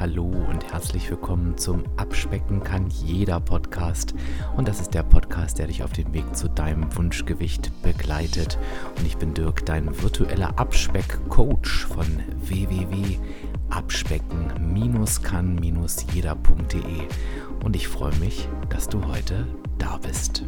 hallo und herzlich willkommen zum Abspecken kann jeder Podcast. Und das ist der Podcast, der dich auf dem Weg zu deinem Wunschgewicht begleitet. Und ich bin Dirk, dein virtueller Abspeck-Coach von www.abspecken-kann-jeder.de. Und ich freue mich, dass du heute da bist.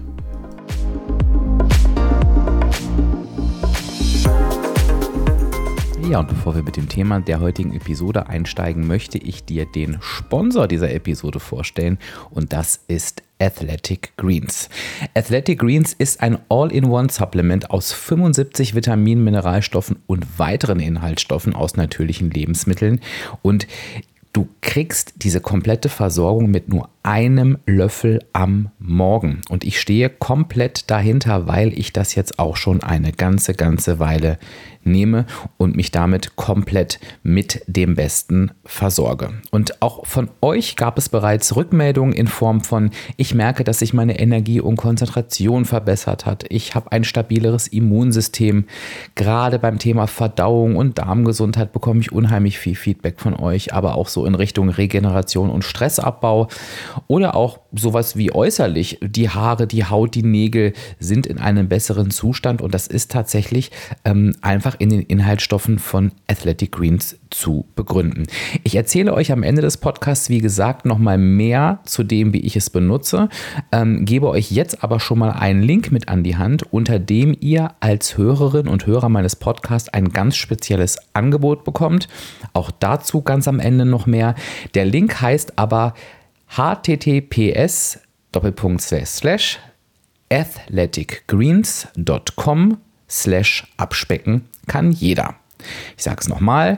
Ja, und bevor wir mit dem Thema der heutigen Episode einsteigen, möchte ich dir den Sponsor dieser Episode vorstellen und das ist Athletic Greens. Athletic Greens ist ein All-in-One-Supplement aus 75 Vitaminen, Mineralstoffen und weiteren Inhaltsstoffen aus natürlichen Lebensmitteln und du kriegst diese komplette Versorgung mit nur einem Löffel am Morgen. Und ich stehe komplett dahinter, weil ich das jetzt auch schon eine ganze Weile nehme und mich damit komplett mit dem Besten versorge. Und auch von euch gab es bereits Rückmeldungen in Form von, ich merke, dass sich meine Energie und Konzentration verbessert hat. Ich habe ein stabileres Immunsystem. Gerade beim Thema Verdauung und Darmgesundheit bekomme ich unheimlich viel Feedback von euch, aber auch so in Richtung Regeneration und Stressabbau. Oder auch sowas wie äußerlich, die Haare, die Haut, die Nägel sind in einem besseren Zustand und das ist tatsächlich einfach in den Inhaltsstoffen von Athletic Greens zu begründen. Ich erzähle euch am Ende des Podcasts, wie gesagt, nochmal mehr zu dem, wie ich es benutze, gebe euch jetzt aber schon mal einen Link mit an die Hand, unter dem ihr als Hörerin und Hörer meines Podcasts ein ganz spezielles Angebot bekommt. Auch dazu ganz am Ende noch mehr. Der Link heißt aber https://athleticgreens.com/abspecken kann jeder. Ich sage es nochmal,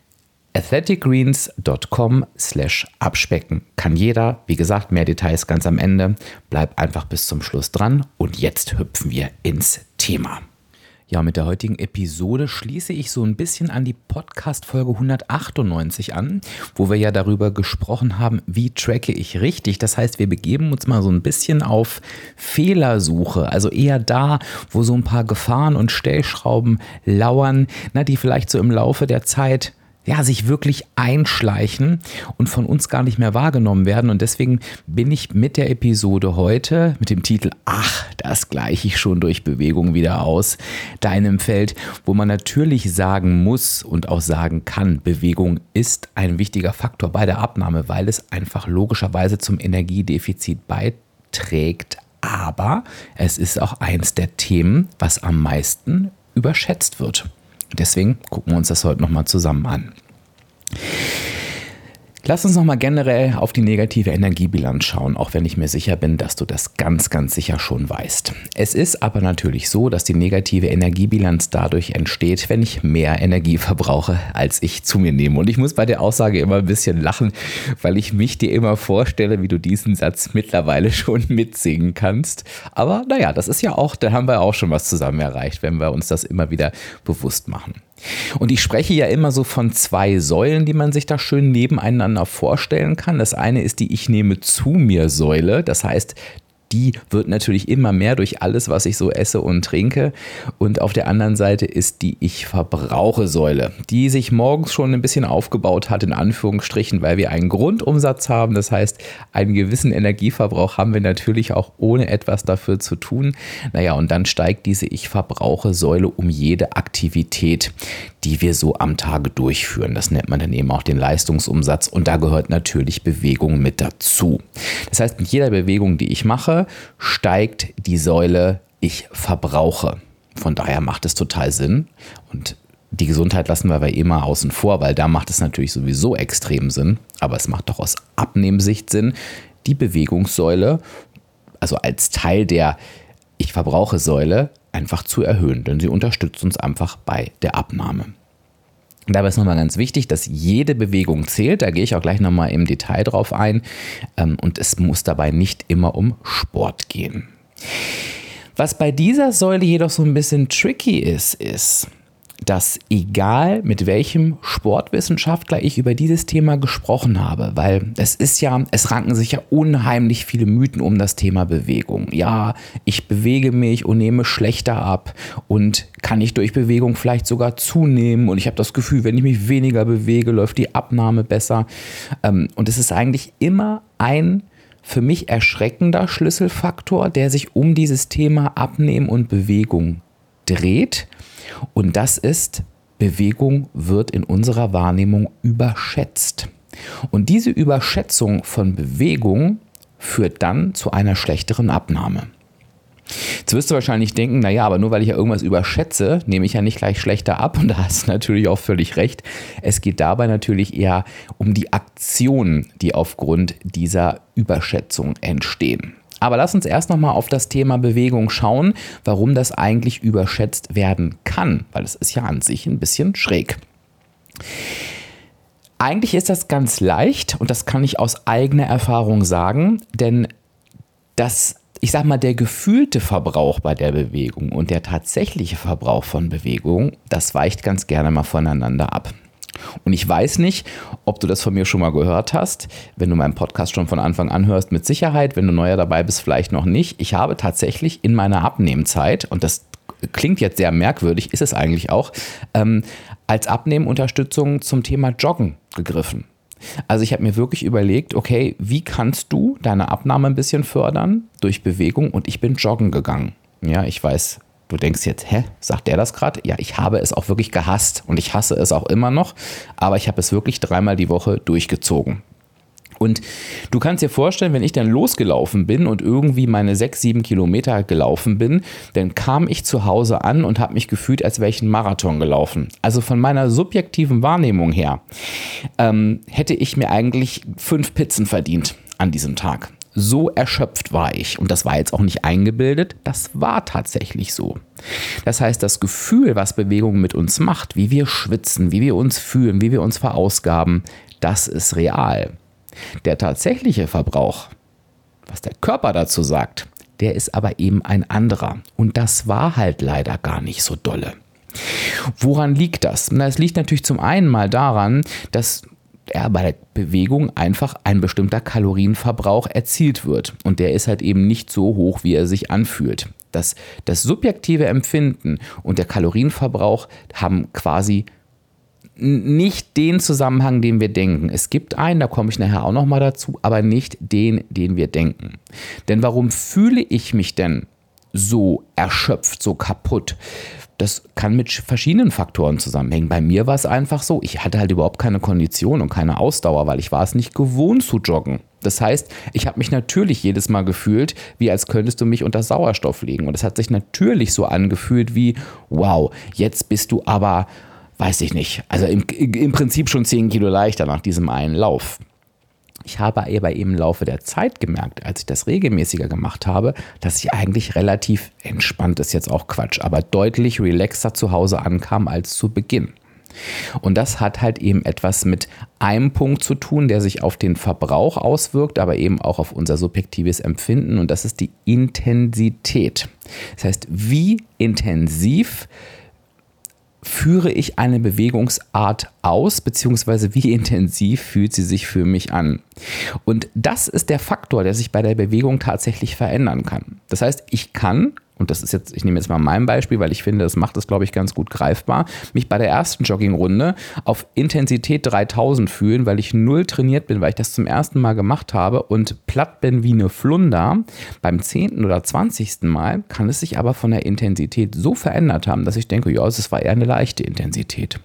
athleticgreens.com/abspecken kann jeder. Wie gesagt, mehr Details ganz am Ende. Bleib einfach bis zum Schluss dran und jetzt hüpfen wir ins Thema. Ja, mit der heutigen Episode schließe ich so ein bisschen an die Podcast-Folge 198 an, wo wir ja darüber gesprochen haben, wie tracke ich richtig. Das heißt, wir begeben uns mal so ein bisschen auf Fehlersuche, also eher da, wo so ein paar Gefahren und Stellschrauben lauern, die vielleicht so im Laufe der Zeit sich wirklich einschleichen und von uns gar nicht mehr wahrgenommen werden. Und deswegen bin ich mit der Episode heute mit dem Titel "Ach, das gleiche ich schon durch Bewegung wieder aus" deinem Feld, wo man natürlich sagen muss und auch sagen kann, Bewegung ist ein wichtiger Faktor bei der Abnahme, weil es einfach logischerweise zum Energiedefizit beiträgt. Aber es ist auch eins der Themen, was am meisten überschätzt wird. Deswegen gucken wir uns das heute nochmal zusammen an. Lass uns nochmal generell auf die negative Energiebilanz schauen, auch wenn ich mir sicher bin, dass du das ganz sicher schon weißt. Es ist aber natürlich so, dass die negative Energiebilanz dadurch entsteht, wenn ich mehr Energie verbrauche, als ich zu mir nehme. Und ich muss bei der Aussage immer ein bisschen lachen, weil ich mich dir immer vorstelle, wie du diesen Satz mittlerweile schon mitsingen kannst. Aber das ist ja auch, da haben wir auch schon was zusammen erreicht, wenn wir uns das immer wieder bewusst machen. Und ich spreche ja immer so von zwei Säulen, die man sich da schön nebeneinander vorstellen kann. Das eine ist die Ich nehme zu mir Säule. Das heißt, die wird natürlich immer mehr durch alles, was ich so esse und trinke. Und auf der anderen Seite ist die Ich verbrauche Säule, die sich morgens schon ein bisschen aufgebaut hat, in Anführungsstrichen, weil wir einen Grundumsatz haben. Das heißt, einen gewissen Energieverbrauch haben wir natürlich auch ohne etwas dafür zu tun. Und dann steigt diese Ich verbrauche Säule um jede Aktivität, die wir so am Tage durchführen. Das nennt man dann eben auch den Leistungsumsatz und da gehört natürlich Bewegung mit dazu. Das heißt, mit jeder Bewegung, die ich mache, steigt die Säule Ich verbrauche. Von daher macht es total Sinn und die Gesundheit lassen wir aber immer außen vor, weil da macht es natürlich sowieso extrem Sinn, aber es macht doch aus Abnehmsicht Sinn, die Bewegungssäule, also als Teil der Ich verbrauche Säule, einfach zu erhöhen, denn sie unterstützt uns einfach bei der Abnahme. Dabei ist nochmal ganz wichtig, dass jede Bewegung zählt, da gehe ich auch gleich nochmal im Detail drauf ein und es muss dabei nicht immer um Sport gehen. Was bei dieser Säule jedoch so ein bisschen tricky ist, dass egal mit welchem Sportwissenschaftler ich über dieses Thema gesprochen habe, weil es ranken sich ja unheimlich viele Mythen um das Thema Bewegung. Ja, ich bewege mich und nehme schlechter ab und kann ich durch Bewegung vielleicht sogar zunehmen und ich habe das Gefühl, wenn ich mich weniger bewege, läuft die Abnahme besser. Und es ist eigentlich immer ein für mich erschreckender Schlüsselfaktor, der sich um dieses Thema Abnehmen und Bewegung dreht. Und das ist, Bewegung wird in unserer Wahrnehmung überschätzt. Und diese Überschätzung von Bewegung führt dann zu einer schlechteren Abnahme. Jetzt wirst du wahrscheinlich denken, naja, aber nur weil ich ja irgendwas überschätze, nehme ich ja nicht gleich schlechter ab. Und da hast du natürlich auch völlig recht. Es geht dabei natürlich eher um die Aktionen, die aufgrund dieser Überschätzung entstehen. Aber lass uns erst nochmal auf das Thema Bewegung schauen, warum das eigentlich überschätzt werden kann, weil es ist ja an sich ein bisschen schräg. Eigentlich ist das ganz leicht und das kann ich aus eigener Erfahrung sagen, denn der gefühlte Verbrauch bei der Bewegung und der tatsächliche Verbrauch von Bewegung, das weicht ganz gerne mal voneinander ab. Und ich weiß nicht, ob du das von mir schon mal gehört hast, wenn du meinen Podcast schon von Anfang an hörst, mit Sicherheit, wenn du neuer dabei bist, vielleicht noch nicht. Ich habe tatsächlich in meiner Abnehmzeit, und das klingt jetzt sehr merkwürdig, ist es eigentlich auch, als Abnehmunterstützung zum Thema Joggen gegriffen. Also ich habe mir wirklich überlegt, okay, wie kannst du deine Abnahme ein bisschen fördern durch Bewegung, und ich bin joggen gegangen. Ja, ich weiß, du denkst jetzt, sagt der das gerade? Ja, ich habe es auch wirklich gehasst und ich hasse es auch immer noch, aber ich habe es wirklich 3-mal die Woche durchgezogen. Und du kannst dir vorstellen, wenn ich dann losgelaufen bin und irgendwie meine 6-7 Kilometer gelaufen bin, dann kam ich zu Hause an und habe mich gefühlt, als wäre ich einen Marathon gelaufen. Also von meiner subjektiven Wahrnehmung her hätte ich mir eigentlich 5 Pizzen verdient an diesem Tag. So erschöpft war ich. Und das war jetzt auch nicht eingebildet, das war tatsächlich so. Das heißt, das Gefühl, was Bewegung mit uns macht, wie wir schwitzen, wie wir uns fühlen, wie wir uns verausgaben, das ist real. Der tatsächliche Verbrauch, was der Körper dazu sagt, der ist aber eben ein anderer. Und das war halt leider gar nicht so dolle. Woran liegt das? Es liegt natürlich zum einen mal daran, dass bei der Bewegung einfach ein bestimmter Kalorienverbrauch erzielt wird. Und der ist halt eben nicht so hoch, wie er sich anfühlt. Das subjektive Empfinden und der Kalorienverbrauch haben quasi nicht den Zusammenhang, den wir denken. Es gibt einen, da komme ich nachher auch nochmal dazu, aber nicht den wir denken. Denn warum fühle ich mich denn so erschöpft, so kaputt? Das kann mit verschiedenen Faktoren zusammenhängen. Bei mir war es einfach so, ich hatte halt überhaupt keine Kondition und keine Ausdauer, weil ich war es nicht gewohnt zu joggen. Das heißt, ich habe mich natürlich jedes Mal gefühlt, wie als könntest du mich unter Sauerstoff legen. Und es hat sich natürlich so angefühlt wie, wow, jetzt bist du aber, weiß ich nicht, also im Prinzip schon 10 Kilo leichter nach diesem einen Lauf. Ich habe aber eben im Laufe der Zeit gemerkt, als ich das regelmäßiger gemacht habe, dass ich eigentlich relativ entspannt, ist jetzt auch Quatsch, aber deutlich relaxer zu Hause ankam als zu Beginn. Und das hat halt eben etwas mit einem Punkt zu tun, der sich auf den Verbrauch auswirkt, aber eben auch auf unser subjektives Empfinden, und das ist die Intensität. Das heißt, wie intensiv führe ich eine Bewegungsart aus, beziehungsweise wie intensiv fühlt sie sich für mich an. Und das ist der Faktor, der sich bei der Bewegung tatsächlich verändern kann. Das heißt, ich kann, und das ist jetzt, ich nehme jetzt mal mein Beispiel, weil ich finde, das macht es, glaube ich, ganz gut greifbar, mich bei der ersten Joggingrunde auf Intensität 3000 fühlen, weil ich null trainiert bin, weil ich das zum ersten Mal gemacht habe und platt bin wie eine Flunder. Beim 10. oder 20. Mal kann es sich aber von der Intensität so verändert haben, dass ich denke, ja, es war eher eine leichte Intensität.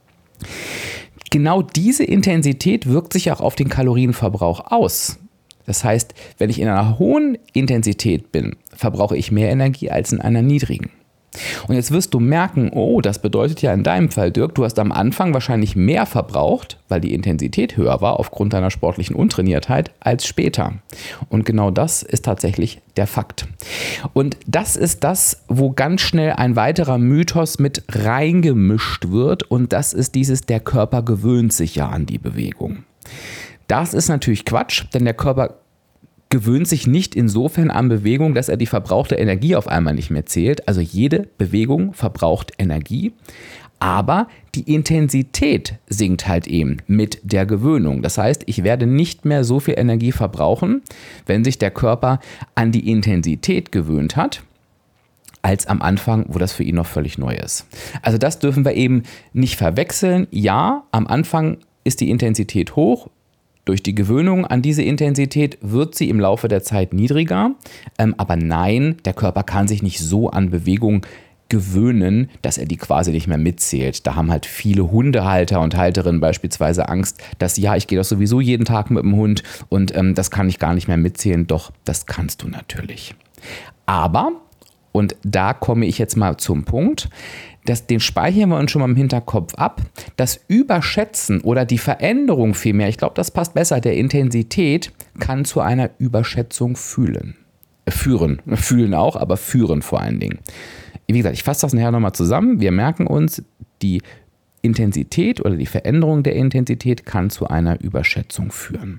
Genau diese Intensität wirkt sich auch auf den Kalorienverbrauch aus. Das heißt, wenn ich in einer hohen Intensität bin, verbrauche ich mehr Energie als in einer niedrigen. Und jetzt wirst du merken, oh, das bedeutet ja in deinem Fall, Dirk, du hast am Anfang wahrscheinlich mehr verbraucht, weil die Intensität höher war aufgrund deiner sportlichen Untrainiertheit, als später. Und genau das ist tatsächlich der Fakt. Und das ist das, wo ganz schnell ein weiterer Mythos mit reingemischt wird, und das ist dieses, der Körper gewöhnt sich ja an die Bewegung. Das ist natürlich Quatsch, denn der Körper gewöhnt sich nicht insofern an Bewegung, dass er die verbrauchte Energie auf einmal nicht mehr zählt. Also jede Bewegung verbraucht Energie, Aber die Intensität sinkt halt eben mit der Gewöhnung. Das heißt, ich werde nicht mehr so viel Energie verbrauchen, wenn sich der Körper an die Intensität gewöhnt hat, als am Anfang, wo das für ihn noch völlig neu ist. Also das dürfen wir eben nicht verwechseln. Ja, am Anfang ist die Intensität hoch. Durch die Gewöhnung an diese Intensität wird sie im Laufe der Zeit niedriger. Aber nein, der Körper kann sich nicht so an Bewegung gewöhnen, dass er die quasi nicht mehr mitzählt. Da haben halt viele Hundehalter und Halterinnen beispielsweise Angst, dass ja, ich gehe doch sowieso jeden Tag mit dem Hund und das kann ich gar nicht mehr mitzählen. Doch, das kannst du natürlich. Aber, und da komme ich jetzt mal zum Punkt, den speichern wir uns schon mal im Hinterkopf ab. Das Überschätzen oder die Veränderung vielmehr, ich glaube, das passt besser, der Intensität kann zu einer Überschätzung führen. Fühlen auch, aber führen vor allen Dingen. Wie gesagt, ich fasse das nachher nochmal zusammen. Wir merken uns, die Intensität oder die Veränderung der Intensität kann zu einer Überschätzung führen.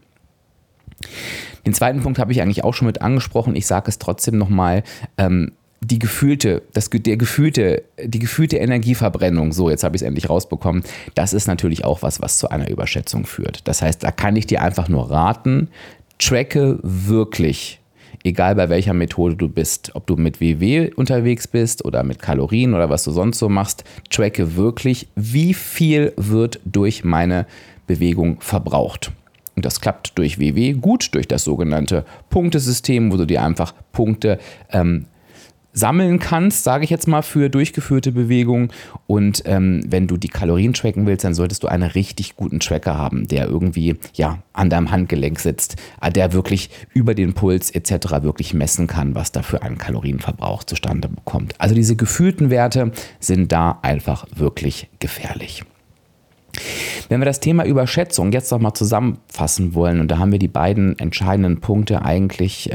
Den zweiten Punkt habe ich eigentlich auch schon mit angesprochen. Ich sage es trotzdem nochmal. Die gefühlte Energieverbrennung, so jetzt habe ich es endlich rausbekommen, das ist natürlich auch was zu einer Überschätzung führt. Das heißt, da kann ich dir einfach nur raten, tracke wirklich, egal bei welcher Methode du bist, ob du mit WW unterwegs bist oder mit Kalorien oder was du sonst so machst, tracke wirklich, wie viel wird durch meine Bewegung verbraucht. Und das klappt durch WW gut, durch das sogenannte Punktesystem, wo du dir einfach Punkte sammeln kannst, sage ich jetzt mal, für durchgeführte Bewegungen. Und wenn du die Kalorien tracken willst, dann solltest du einen richtig guten Tracker haben, der irgendwie an deinem Handgelenk sitzt, der wirklich über den Puls etc. wirklich messen kann, was da für einen Kalorienverbrauch zustande kommt. Also diese gefühlten Werte sind da einfach wirklich gefährlich. Wenn wir das Thema Überschätzung jetzt noch mal zusammenfassen wollen, und da haben wir die beiden entscheidenden Punkte eigentlich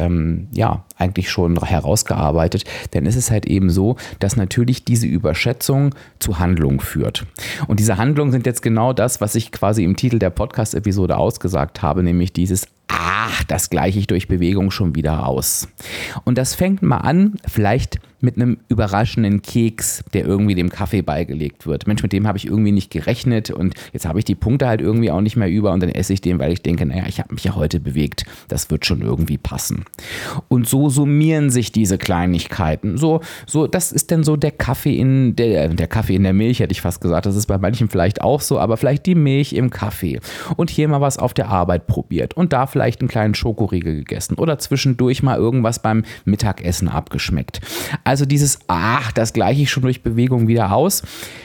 schon herausgearbeitet, dann ist es halt eben so, dass natürlich diese Überschätzung zu Handlungen führt. Und diese Handlungen sind jetzt genau das, was ich quasi im Titel der Podcast-Episode ausgesagt habe, nämlich dieses das gleiche ich durch Bewegung schon wieder aus. Und das fängt mal an, vielleicht mit einem überraschenden Keks, der irgendwie dem Kaffee beigelegt wird. Mensch, mit dem habe ich irgendwie nicht gerechnet und jetzt habe ich die Punkte halt irgendwie auch nicht mehr über und dann esse ich den, weil ich denke, ich habe mich ja heute bewegt, das wird schon irgendwie passen. Und so summieren sich diese Kleinigkeiten. So, das ist dann so der Kaffee in der Milch, hätte ich fast gesagt. Das ist bei manchen vielleicht auch so, aber vielleicht die Milch im Kaffee. Und hier mal was auf der Arbeit probiert und da vielleicht einen kleinen Schokoriegel gegessen oder zwischendurch mal irgendwas beim Mittagessen abgeschmeckt. Also dieses, das gleiche ich schon durch Bewegung wieder aus,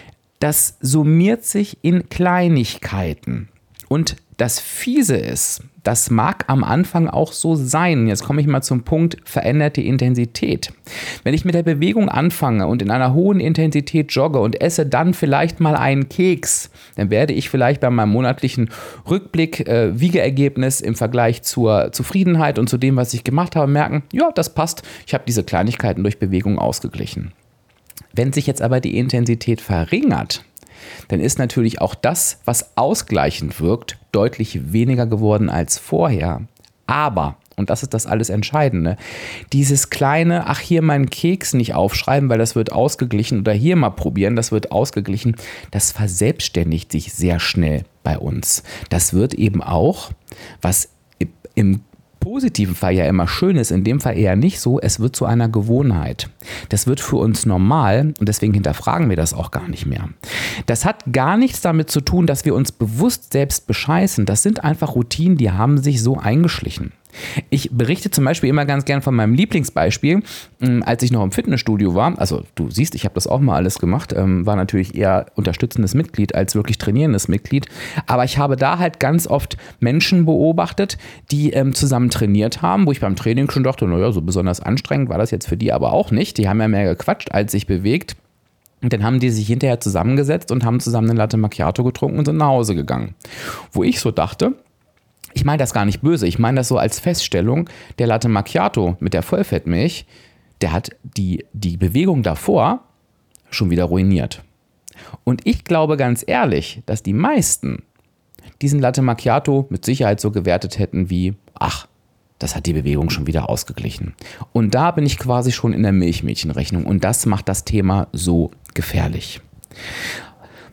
das summiert sich in Kleinigkeiten. Und das Fiese ist, das mag am Anfang auch so sein. Jetzt komme ich mal zum Punkt, veränderte Intensität. Wenn ich mit der Bewegung anfange und in einer hohen Intensität jogge und esse dann vielleicht mal einen Keks, dann werde ich vielleicht bei meinem monatlichen Rückblick, Wiegeergebnis im Vergleich zur Zufriedenheit und zu dem, was ich gemacht habe, merken, ja, das passt. Ich habe diese Kleinigkeiten durch Bewegung ausgeglichen. Wenn sich jetzt aber die Intensität verringert, dann ist natürlich auch das, was ausgleichend wirkt, deutlich weniger geworden als vorher. Aber, und das ist das alles Entscheidende, dieses kleine, hier meinen Keks nicht aufschreiben, weil das wird ausgeglichen, oder hier mal probieren, das wird ausgeglichen, das verselbstständigt sich sehr schnell bei uns. Das wird eben auch, was im positiven Fall ja immer schön ist, in dem Fall eher nicht so, es wird zu einer Gewohnheit. Das wird für uns normal und deswegen hinterfragen wir das auch gar nicht mehr. Das hat gar nichts damit zu tun, dass wir uns bewusst selbst bescheißen. Das sind einfach Routinen, die haben sich so eingeschlichen. Ich berichte zum Beispiel immer ganz gern von meinem Lieblingsbeispiel, als ich noch im Fitnessstudio war. Also du siehst, ich habe das auch mal alles gemacht, war natürlich eher unterstützendes Mitglied als wirklich trainierendes Mitglied. Aber ich habe da halt ganz oft Menschen beobachtet, die zusammen trainiert haben, wo ich beim Training schon dachte, so besonders anstrengend war das jetzt für die aber auch nicht. Die haben ja mehr gequatscht als sich bewegt. Und dann haben die sich hinterher zusammengesetzt und haben zusammen eine Latte Macchiato getrunken und sind nach Hause gegangen. Wo ich so dachte, ich meine das gar nicht böse, ich meine das so als Feststellung, der Latte Macchiato mit der Vollfettmilch, der hat die Bewegung davor schon wieder ruiniert. Und ich glaube ganz ehrlich, dass die meisten diesen Latte Macchiato mit Sicherheit so gewertet hätten wie, das hat die Bewegung schon wieder ausgeglichen. Und da bin ich quasi schon in der Milchmädchenrechnung und das macht das Thema so gefährlich.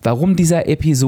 Warum dieser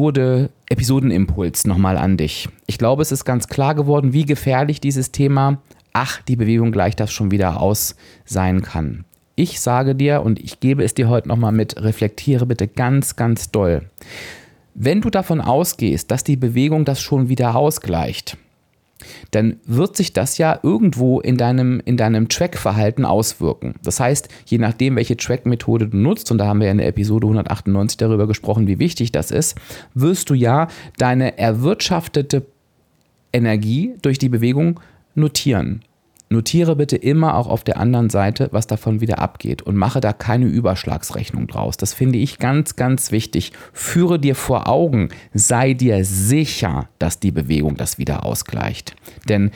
Episodenimpuls nochmal an dich? Ich glaube, es ist ganz klar geworden, wie gefährlich dieses Thema, die Bewegung gleicht das schon wieder aus, sein kann. Ich sage dir, und ich gebe es dir heute nochmal mit, reflektiere bitte ganz, ganz doll. Wenn du davon ausgehst, dass die Bewegung das schon wieder ausgleicht, dann wird sich das ja irgendwo in deinem Track-Verhalten auswirken. Das heißt, je nachdem, welche Track-Methode du nutzt, und da haben wir ja in der Episode 198 darüber gesprochen, wie wichtig das ist, wirst du ja deine erwirtschaftete Energie durch die Bewegung notieren. Notiere bitte immer auch auf der anderen Seite, was davon wieder abgeht und mache da keine Überschlagsrechnung draus. Das finde ich ganz, ganz wichtig. Führe dir vor Augen, sei dir sicher, dass die Bewegung das wieder ausgleicht. Denn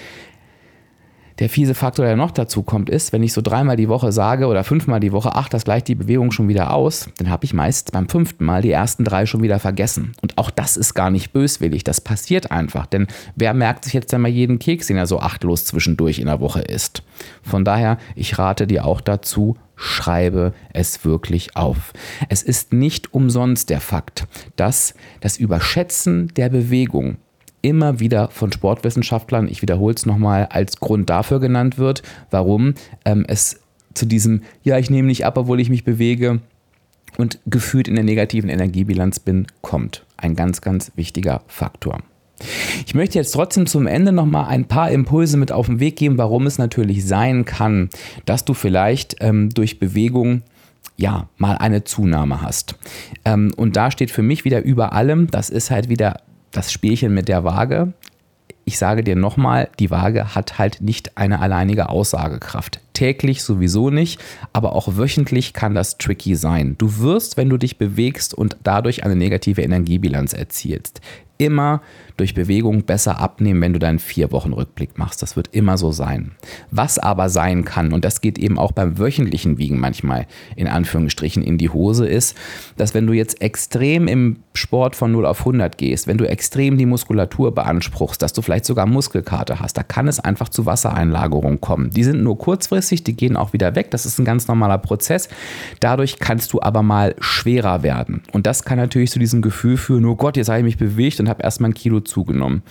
der fiese Faktor, der noch dazu kommt, ist, wenn ich so 3-mal die Woche sage oder 5-mal die Woche, das gleicht die Bewegung schon wieder aus, dann habe ich meist beim 5. Mal die ersten 3 schon wieder vergessen. Und auch das ist gar nicht böswillig, das passiert einfach. Denn wer merkt sich jetzt einmal jeden Keks, den er so achtlos zwischendurch in der Woche isst? Von daher, ich rate dir auch dazu, schreibe es wirklich auf. Es ist nicht umsonst der Fakt, dass das Überschätzen der Bewegung immer wieder von Sportwissenschaftlern, ich wiederhole es nochmal, als Grund dafür genannt wird, warum es zu diesem, ich nehme nicht ab, obwohl ich mich bewege und gefühlt in der negativen Energiebilanz bin, kommt. Ein ganz, ganz wichtiger Faktor. Ich möchte jetzt trotzdem zum Ende nochmal ein paar Impulse mit auf den Weg geben, warum es natürlich sein kann, dass du vielleicht durch Bewegung mal eine Zunahme hast. Und da steht für mich wieder über allem, das ist halt wieder das Spielchen mit der Waage. Ich sage dir nochmal, die Waage hat halt nicht eine alleinige Aussagekraft. Täglich sowieso nicht, aber auch wöchentlich kann das tricky sein. Du wirst, wenn du dich bewegst und dadurch eine negative Energiebilanz erzielst, immer durch Bewegung besser abnehmen, wenn du deinen 4-Wochen-Rückblick machst. Das wird immer so sein. Was aber sein kann, und das geht eben auch beim wöchentlichen Wiegen manchmal in Anführungsstrichen in die Hose, ist, dass wenn du jetzt extrem im Sport von 0 auf 100 gehst, wenn du extrem die Muskulatur beanspruchst, dass du vielleicht sogar Muskelkater hast, da kann es einfach zu Wassereinlagerungen kommen. Die sind nur kurzfristig, die gehen auch wieder weg. Das ist ein ganz normaler Prozess. Dadurch kannst du aber mal schwerer werden. Und das kann natürlich zu diesem Gefühl führen, oh Gott, jetzt habe ich mich bewegt und habe erstmal 1 Kilo zugenommen.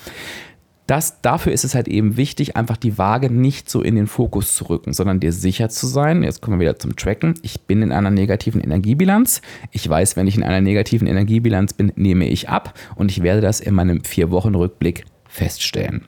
Dafür ist es halt eben wichtig, einfach die Waage nicht so in den Fokus zu rücken, sondern dir sicher zu sein, jetzt kommen wir wieder zum Tracken, ich bin in einer negativen Energiebilanz. Ich weiß, wenn ich in einer negativen Energiebilanz bin, nehme ich ab und ich werde das in meinem 4-Wochen-Rückblick feststellen.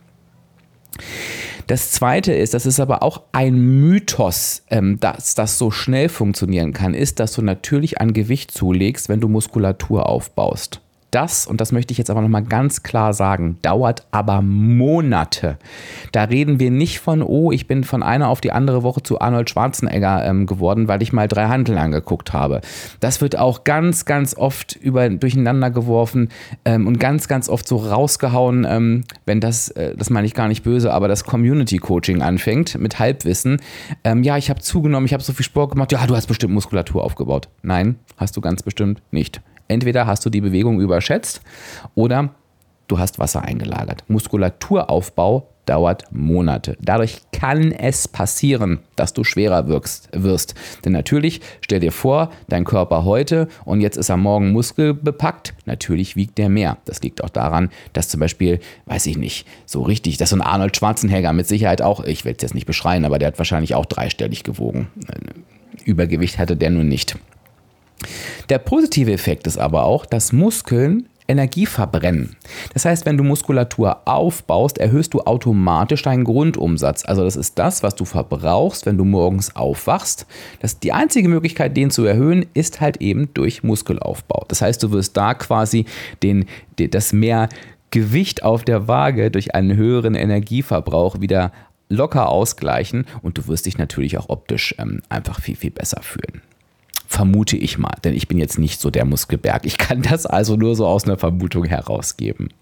Das Zweite ist, das ist aber auch ein Mythos, dass das so schnell funktionieren kann, ist, dass du natürlich an Gewicht zulegst, wenn du Muskulatur aufbaust. Das, und das möchte ich jetzt aber nochmal ganz klar sagen, dauert aber Monate. Da reden wir nicht von, ich bin von einer auf die andere Woche zu Arnold Schwarzenegger geworden, weil ich mal 3 Hanteln angeguckt habe. Das wird auch ganz, ganz oft durcheinander geworfen und ganz, ganz oft so rausgehauen, wenn das meine ich gar nicht böse, aber das Community-Coaching anfängt mit Halbwissen. Ich habe zugenommen, ich habe so viel Sport gemacht, du hast bestimmt Muskulatur aufgebaut. Nein, hast du ganz bestimmt nicht. Entweder hast du die Bewegung überschätzt oder du hast Wasser eingelagert. Muskulaturaufbau dauert Monate. Dadurch kann es passieren, dass du schwerer wirst. Denn natürlich, stell dir vor, dein Körper heute und jetzt ist er morgen muskelbepackt, natürlich wiegt der mehr. Das liegt auch daran, dass zum Beispiel, weiß ich nicht, so richtig, dass so ein Arnold Schwarzenegger mit Sicherheit auch, ich will es jetzt nicht beschreien, aber der hat wahrscheinlich auch 3-stellig gewogen. Übergewicht hatte der nun nicht. Der positive Effekt ist aber auch, dass Muskeln Energie verbrennen. Das heißt, wenn du Muskulatur aufbaust, erhöhst du automatisch deinen Grundumsatz. Also das ist das, was du verbrauchst, wenn du morgens aufwachst. Die einzige Möglichkeit, den zu erhöhen, ist halt eben durch Muskelaufbau. Das heißt, du wirst da quasi das mehr Gewicht auf der Waage durch einen höheren Energieverbrauch wieder locker ausgleichen und du wirst dich natürlich auch optisch einfach viel, viel besser fühlen. Vermute ich mal, denn ich bin jetzt nicht so der Muskelberg. Ich kann das also nur so aus einer Vermutung herausgeben.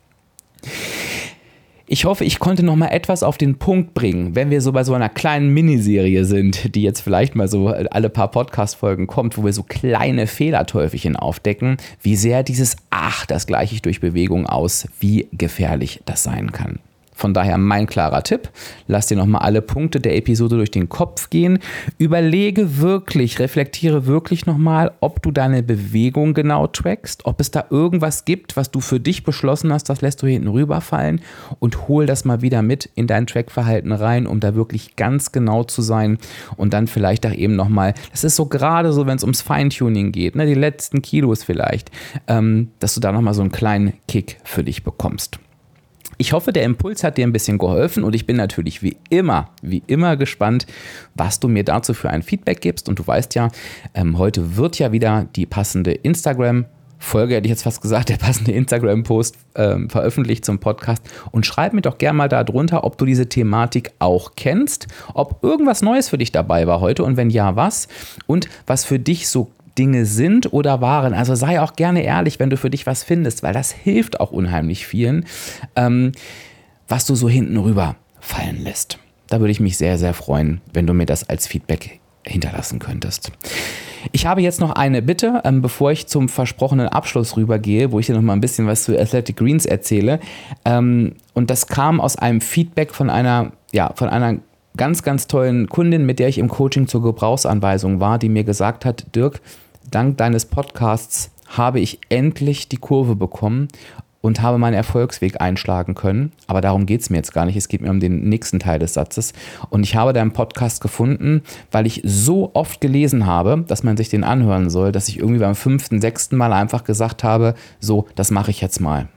Ich hoffe, ich konnte noch mal etwas auf den Punkt bringen, wenn wir so bei so einer kleinen Miniserie sind, die jetzt vielleicht mal so alle paar Podcast-Folgen kommt, wo wir so kleine Fehlerteufelchen aufdecken, wie sehr das gleiche ich durch Bewegung aus, wie gefährlich das sein kann. Von daher mein klarer Tipp, lass dir nochmal alle Punkte der Episode durch den Kopf gehen. Überlege wirklich, reflektiere wirklich nochmal, ob du deine Bewegung genau trackst, ob es da irgendwas gibt, was du für dich beschlossen hast, das lässt du hinten rüberfallen und hol das mal wieder mit in dein Trackverhalten rein, um da wirklich ganz genau zu sein und dann vielleicht auch eben nochmal, das ist so gerade so, wenn es ums Feintuning geht, ne, die letzten Kilos vielleicht, dass du da nochmal so einen kleinen Kick für dich bekommst. Ich hoffe, der Impuls hat dir ein bisschen geholfen und ich bin natürlich wie immer gespannt, was du mir dazu für ein Feedback gibst. Und du weißt ja, heute wird ja wieder die passende Instagram-Folge, hätte ich jetzt fast gesagt, der passende Instagram-Post veröffentlicht zum Podcast. Und schreib mir doch gerne mal da drunter, ob du diese Thematik auch kennst, ob irgendwas Neues für dich dabei war heute und wenn ja, was und was für dich so Dinge sind oder waren. Also sei auch gerne ehrlich, wenn du für dich was findest, weil das hilft auch unheimlich vielen, was du so hinten rüber fallen lässt. Da würde ich mich sehr, sehr freuen, wenn du mir das als Feedback hinterlassen könntest. Ich habe jetzt noch eine Bitte, bevor ich zum versprochenen Abschluss rübergehe, wo ich dir noch mal ein bisschen was zu Athletic Greens erzähle. Und das kam aus einem Feedback von einer ganz, ganz tollen Kundin, mit der ich im Coaching zur Gebrauchsanweisung war, die mir gesagt hat, Dirk, dank deines Podcasts habe ich endlich die Kurve bekommen und habe meinen Erfolgsweg einschlagen können. Aber darum geht es mir jetzt gar nicht. Es geht mir um den nächsten Teil des Satzes. Und ich habe deinen Podcast gefunden, weil ich so oft gelesen habe, dass man sich den anhören soll, dass ich irgendwie beim 5., 6. Mal einfach gesagt habe, so, das mache ich jetzt mal.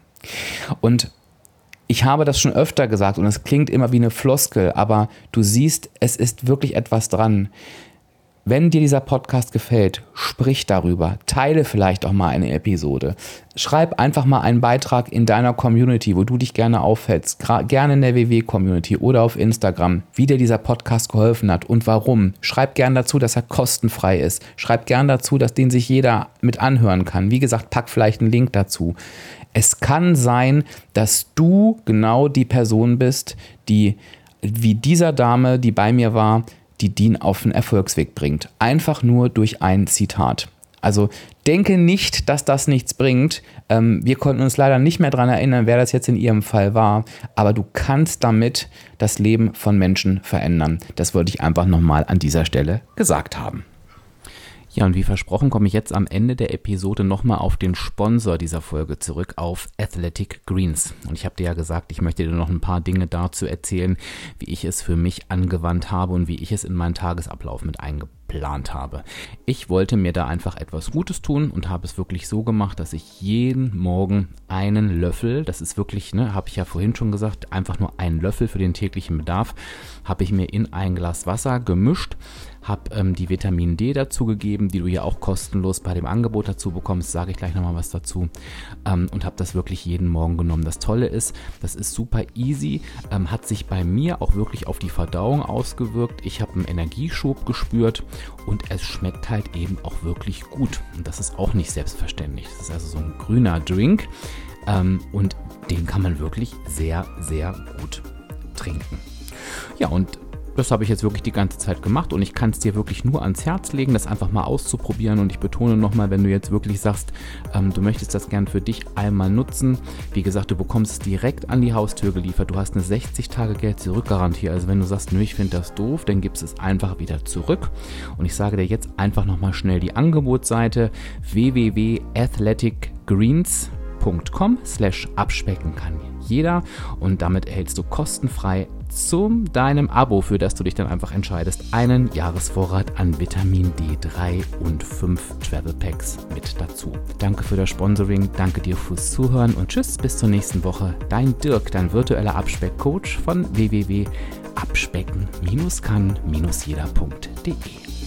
Und ich habe das schon öfter gesagt und es klingt immer wie eine Floskel, aber du siehst, es ist wirklich etwas dran. Wenn dir dieser Podcast gefällt, sprich darüber, teile vielleicht auch mal eine Episode, schreib einfach mal einen Beitrag in deiner Community, wo du dich gerne aufhältst, gerne in der WW-Community oder auf Instagram, wie dir dieser Podcast geholfen hat und warum. Schreib gerne dazu, dass er kostenfrei ist. Schreib gerne dazu, dass den sich jeder mit anhören kann. Wie gesagt, pack vielleicht einen Link dazu. Es kann sein, dass du genau die Person bist, die wie dieser Dame, die bei mir war, die Dean auf den Erfolgsweg bringt. Einfach nur durch ein Zitat. Also denke nicht, dass das nichts bringt. Wir konnten uns leider nicht mehr daran erinnern, wer das jetzt in ihrem Fall war. Aber du kannst damit das Leben von Menschen verändern. Das wollte ich einfach nochmal an dieser Stelle gesagt haben. Ja, und wie versprochen komme ich jetzt am Ende der Episode nochmal auf den Sponsor dieser Folge zurück, auf Athletic Greens. Und ich habe dir ja gesagt, ich möchte dir noch ein paar Dinge dazu erzählen, wie ich es für mich angewandt habe und wie ich es in meinen Tagesablauf mit eingeplant habe. Ich wollte mir da einfach etwas Gutes tun und habe es wirklich so gemacht, dass ich jeden Morgen einen Löffel, das ist wirklich, habe ich ja vorhin schon gesagt, einfach nur einen Löffel für den täglichen Bedarf, habe ich mir in ein Glas Wasser gemischt, habe die Vitamin D dazu gegeben, die du ja auch kostenlos bei dem Angebot dazu bekommst, sage ich gleich nochmal was dazu, und habe das wirklich jeden Morgen genommen. Das Tolle ist, das ist super easy, hat sich bei mir auch wirklich auf die Verdauung ausgewirkt. Ich habe einen Energieschub gespürt und es schmeckt halt eben auch wirklich gut. Und das ist auch nicht selbstverständlich. Das ist also so ein grüner Drink und den kann man wirklich sehr, sehr gut trinken. Ja, und das habe ich jetzt wirklich die ganze Zeit gemacht und ich kann es dir wirklich nur ans Herz legen, das einfach mal auszuprobieren. Und ich betone nochmal, wenn du jetzt wirklich sagst, du möchtest das gern für dich einmal nutzen. Wie gesagt, du bekommst es direkt an die Haustür geliefert. Du hast eine 60-Tage-Geld-Zurück-Garantie. Also wenn du sagst, nö, ich finde das doof, dann gibst es einfach wieder zurück. Und ich sage dir jetzt einfach nochmal schnell die Angebotsseite www.athleticgreens.com/abspecken kann jeder und damit erhältst du kostenfrei zu deinem Abo, für das du dich dann einfach entscheidest, einen Jahresvorrat an Vitamin D3 und 5 Travel Packs mit dazu. Danke für das Sponsoring, danke dir fürs Zuhören und tschüss, bis zur nächsten Woche. Dein Dirk, dein virtueller Abspeck-Coach von www.abspecken-kann-jeder.de.